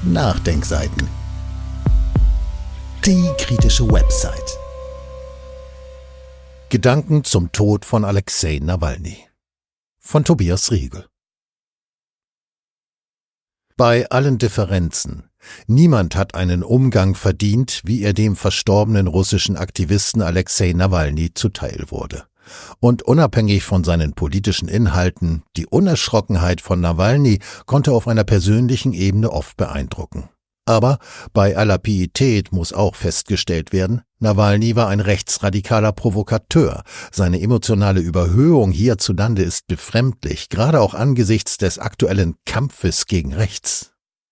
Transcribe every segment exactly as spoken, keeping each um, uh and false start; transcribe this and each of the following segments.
Nachdenkseiten. Die kritische Website. Gedanken zum Tod von Alexei Nawalny von Tobias Riegel. Bei allen Differenzen, niemand hat einen Umgang verdient, wie er dem verstorbenen russischen Aktivisten Alexei Nawalny zuteil wurde. Und unabhängig von seinen politischen Inhalten, die Unerschrockenheit von Nawalny konnte auf einer persönlichen Ebene oft beeindrucken. Aber bei aller Pietät muss auch festgestellt werden, Nawalny war ein rechtsradikaler Provokateur. Seine emotionale Überhöhung hierzulande ist befremdlich, gerade auch angesichts des aktuellen Kampfes gegen rechts.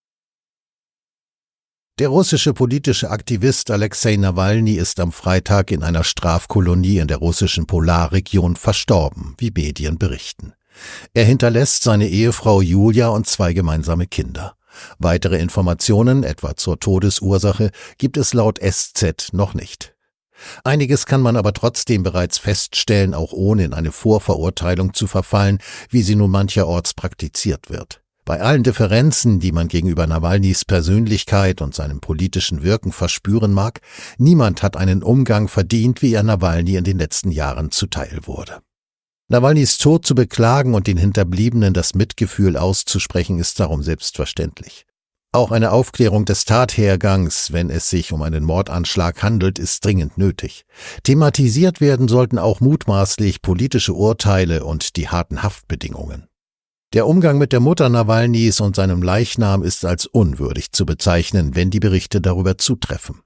Der russische politische Aktivist Alexei Nawalny ist am Freitag in einer Strafkolonie in der russischen Polarregion verstorben, wie Medien berichten. Er hinterlässt seine Ehefrau Julia und zwei gemeinsame Kinder. Weitere Informationen, etwa zur Todesursache, gibt es laut S Z noch nicht. Einiges kann man aber trotzdem bereits feststellen, auch ohne in eine Vorverurteilung zu verfallen, wie sie nun mancherorts praktiziert wird. Bei allen Differenzen, die man gegenüber Nawalnys Persönlichkeit und seinem politischen Wirken verspüren mag, niemand hat einen Umgang verdient, wie er Nawalny in den letzten Jahren zuteil wurde. Nawalnys Tod zu beklagen und den Hinterbliebenen das Mitgefühl auszusprechen, ist darum selbstverständlich. Auch eine Aufklärung des Tathergangs, wenn es sich um einen Mordanschlag handelt, ist dringend nötig. Thematisiert werden sollten auch mutmaßlich politische Urteile und die harten Haftbedingungen. Der Umgang mit der Mutter Nawalnys und seinem Leichnam ist als unwürdig zu bezeichnen, wenn die Berichte darüber zutreffen.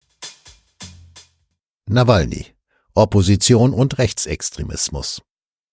Nawalny: Opposition und Rechtsextremismus.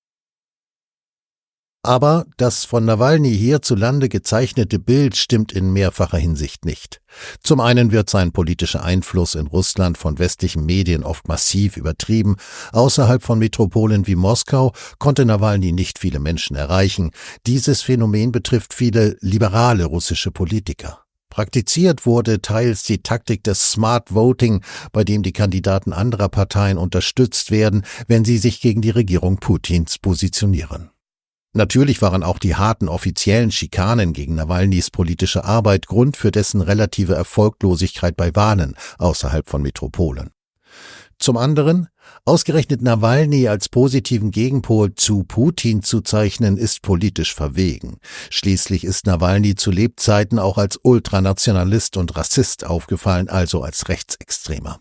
Aber das von Nawalny hierzulande gezeichnete Bild stimmt in mehrfacher Hinsicht nicht. Zum einen wird sein politischer Einfluss in Russland von westlichen Medien oft massiv übertrieben. Außerhalb von Metropolen wie Moskau konnte Nawalny nicht viele Menschen erreichen. Dieses Phänomen betrifft viele liberale russische Politiker. Praktiziert wurde teils die Taktik des Smart Voting, bei dem die Kandidaten anderer Parteien unterstützt werden, wenn sie sich gegen die Regierung Putins positionieren. Natürlich waren auch die harten offiziellen Schikanen gegen Nawalnys politische Arbeit Grund für dessen relative Erfolglosigkeit bei Wahlen außerhalb von Metropolen. Zum anderen, ausgerechnet Nawalny als positiven Gegenpol zu Putin zu zeichnen, ist politisch verwegen. Schließlich ist Nawalny zu Lebzeiten auch als Ultranationalist und Rassist aufgefallen, also als Rechtsextremer.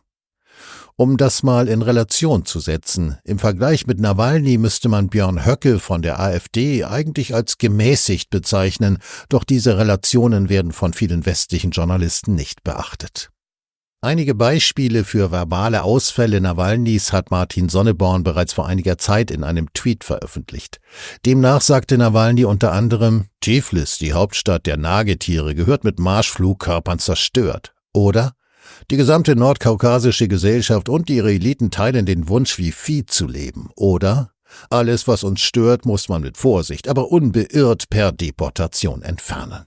Um das mal in Relation zu setzen, im Vergleich mit Nawalny müsste man Björn Höcke von der AfD eigentlich als gemäßigt bezeichnen, doch diese Relationen werden von vielen westlichen Journalisten nicht beachtet. Einige Beispiele für verbale Ausfälle Nawalnys hat Martin Sonneborn bereits vor einiger Zeit in einem Tweet veröffentlicht. Demnach sagte Nawalny unter anderem: Tiflis, die Hauptstadt der Nagetiere, gehört mit Marschflugkörpern zerstört. Oder: Die gesamte nordkaukasische Gesellschaft und ihre Eliten teilen den Wunsch, wie Vieh zu leben. Oder: Alles, was uns stört, muss man mit Vorsicht, aber unbeirrt per Deportation entfernen.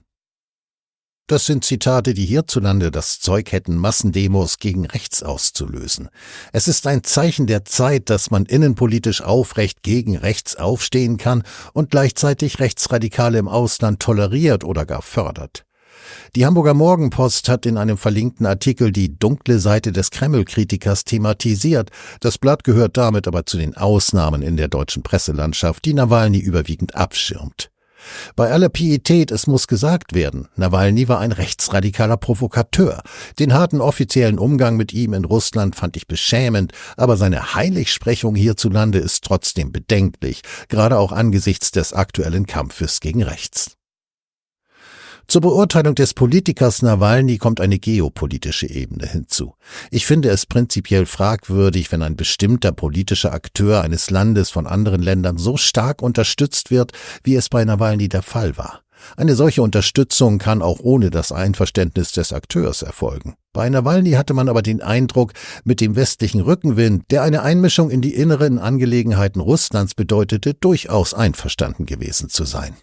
Das sind Zitate, die hierzulande das Zeug hätten, Massendemos gegen rechts auszulösen. Es ist ein Zeichen der Zeit, dass man innenpolitisch aufrecht gegen rechts aufstehen kann und gleichzeitig Rechtsradikale im Ausland toleriert oder gar fördert. Die Hamburger Morgenpost hat in einem verlinkten Artikel die dunkle Seite des Kreml-Kritikers thematisiert. Das Blatt gehört damit aber zu den Ausnahmen in der deutschen Presselandschaft, die Nawalny überwiegend abschirmt. Bei aller Pietät, es muss gesagt werden, Nawalny war ein rechtsradikaler Provokateur. Den harten offiziellen Umgang mit ihm in Russland fand ich beschämend, aber seine Heiligsprechung hierzulande ist trotzdem bedenklich, gerade auch angesichts des aktuellen Kampfes gegen rechts. Zur Beurteilung des Politikers Nawalny kommt eine geopolitische Ebene hinzu. Ich finde es prinzipiell fragwürdig, wenn ein bestimmter politischer Akteur eines Landes von anderen Ländern so stark unterstützt wird, wie es bei Nawalny der Fall war. Eine solche Unterstützung kann auch ohne das Einverständnis des Akteurs erfolgen. Bei Nawalny hatte man aber den Eindruck, mit dem westlichen Rückenwind, der eine Einmischung in die inneren Angelegenheiten Russlands bedeutete, durchaus einverstanden gewesen zu sein.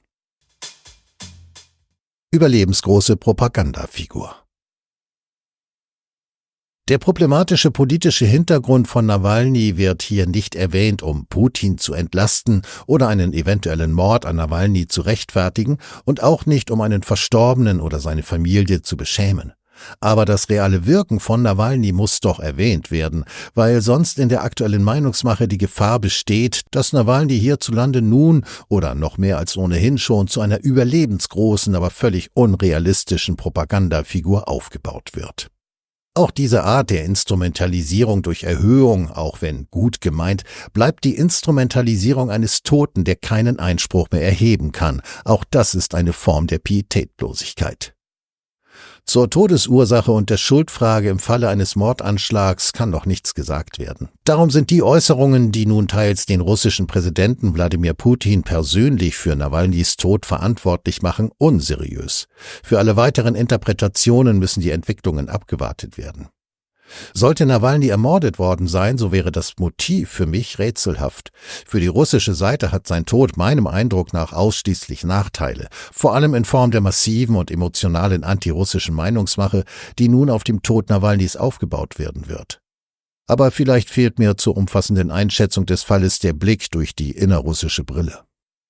Überlebensgroße Propagandafigur. Der problematische politische Hintergrund von Nawalny wird hier nicht erwähnt, um Putin zu entlasten oder einen eventuellen Mord an Nawalny zu rechtfertigen und auch nicht, um einen Verstorbenen oder seine Familie zu beschämen. Aber das reale Wirken von Nawalny muss doch erwähnt werden, weil sonst in der aktuellen Meinungsmache die Gefahr besteht, dass Nawalny hierzulande nun oder noch mehr als ohnehin schon zu einer überlebensgroßen, aber völlig unrealistischen Propagandafigur aufgebaut wird. Auch diese Art der Instrumentalisierung durch Erhöhung, auch wenn gut gemeint, bleibt die Instrumentalisierung eines Toten, der keinen Einspruch mehr erheben kann. Auch das ist eine Form der Pietätlosigkeit. Zur Todesursache und der Schuldfrage im Falle eines Mordanschlags kann noch nichts gesagt werden. Darum sind die Äußerungen, die nun teils den russischen Präsidenten Wladimir Putin persönlich für Nawalnys Tod verantwortlich machen, unseriös. Für alle weiteren Interpretationen müssen die Entwicklungen abgewartet werden. Sollte Nawalny ermordet worden sein, so wäre das Motiv für mich rätselhaft. Für die russische Seite hat sein Tod meinem Eindruck nach ausschließlich Nachteile, vor allem in Form der massiven und emotionalen antirussischen Meinungsmache, die nun auf dem Tod Nawalnys aufgebaut werden wird. Aber vielleicht fehlt mir zur umfassenden Einschätzung des Falles der Blick durch die innerrussische Brille.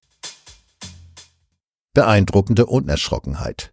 Beeindruckende Unerschrockenheit.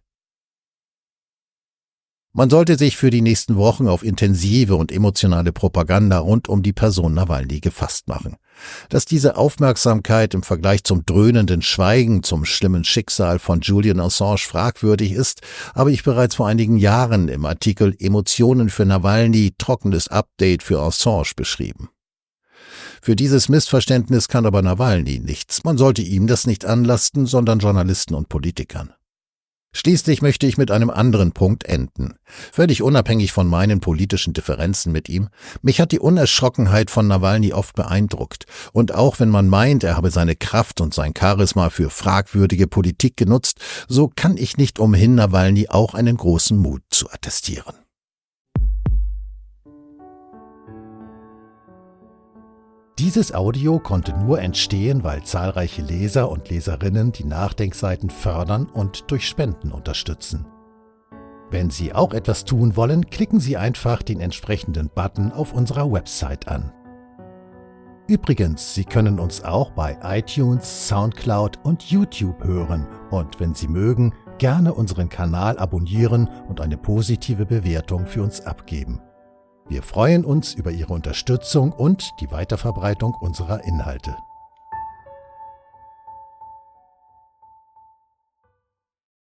Man sollte sich für die nächsten Wochen auf intensive und emotionale Propaganda rund um die Person Nawalny gefasst machen. Dass diese Aufmerksamkeit im Vergleich zum dröhnenden Schweigen zum schlimmen Schicksal von Julian Assange fragwürdig ist, habe ich bereits vor einigen Jahren im Artikel Emotionen für Nawalny – trockenes Update für Assange beschrieben. Für dieses Missverständnis kann aber Nawalny nichts. Man sollte ihm das nicht anlasten, sondern Journalisten und Politikern. Schließlich möchte ich mit einem anderen Punkt enden. Völlig unabhängig von meinen politischen Differenzen mit ihm, mich hat die Unerschrockenheit von Nawalny oft beeindruckt. Und auch wenn man meint, er habe seine Kraft und sein Charisma für fragwürdige Politik genutzt, so kann ich nicht umhin, Nawalny auch einen großen Mut zu attestieren. Dieses Audio konnte nur entstehen, weil zahlreiche Leser und Leserinnen die Nachdenkseiten fördern und durch Spenden unterstützen. Wenn Sie auch etwas tun wollen, klicken Sie einfach den entsprechenden Button auf unserer Website an. Übrigens, Sie können uns auch bei iTunes, Soundcloud und YouTube hören und wenn Sie mögen, gerne unseren Kanal abonnieren und eine positive Bewertung für uns abgeben. Wir freuen uns über Ihre Unterstützung und die Weiterverbreitung unserer Inhalte.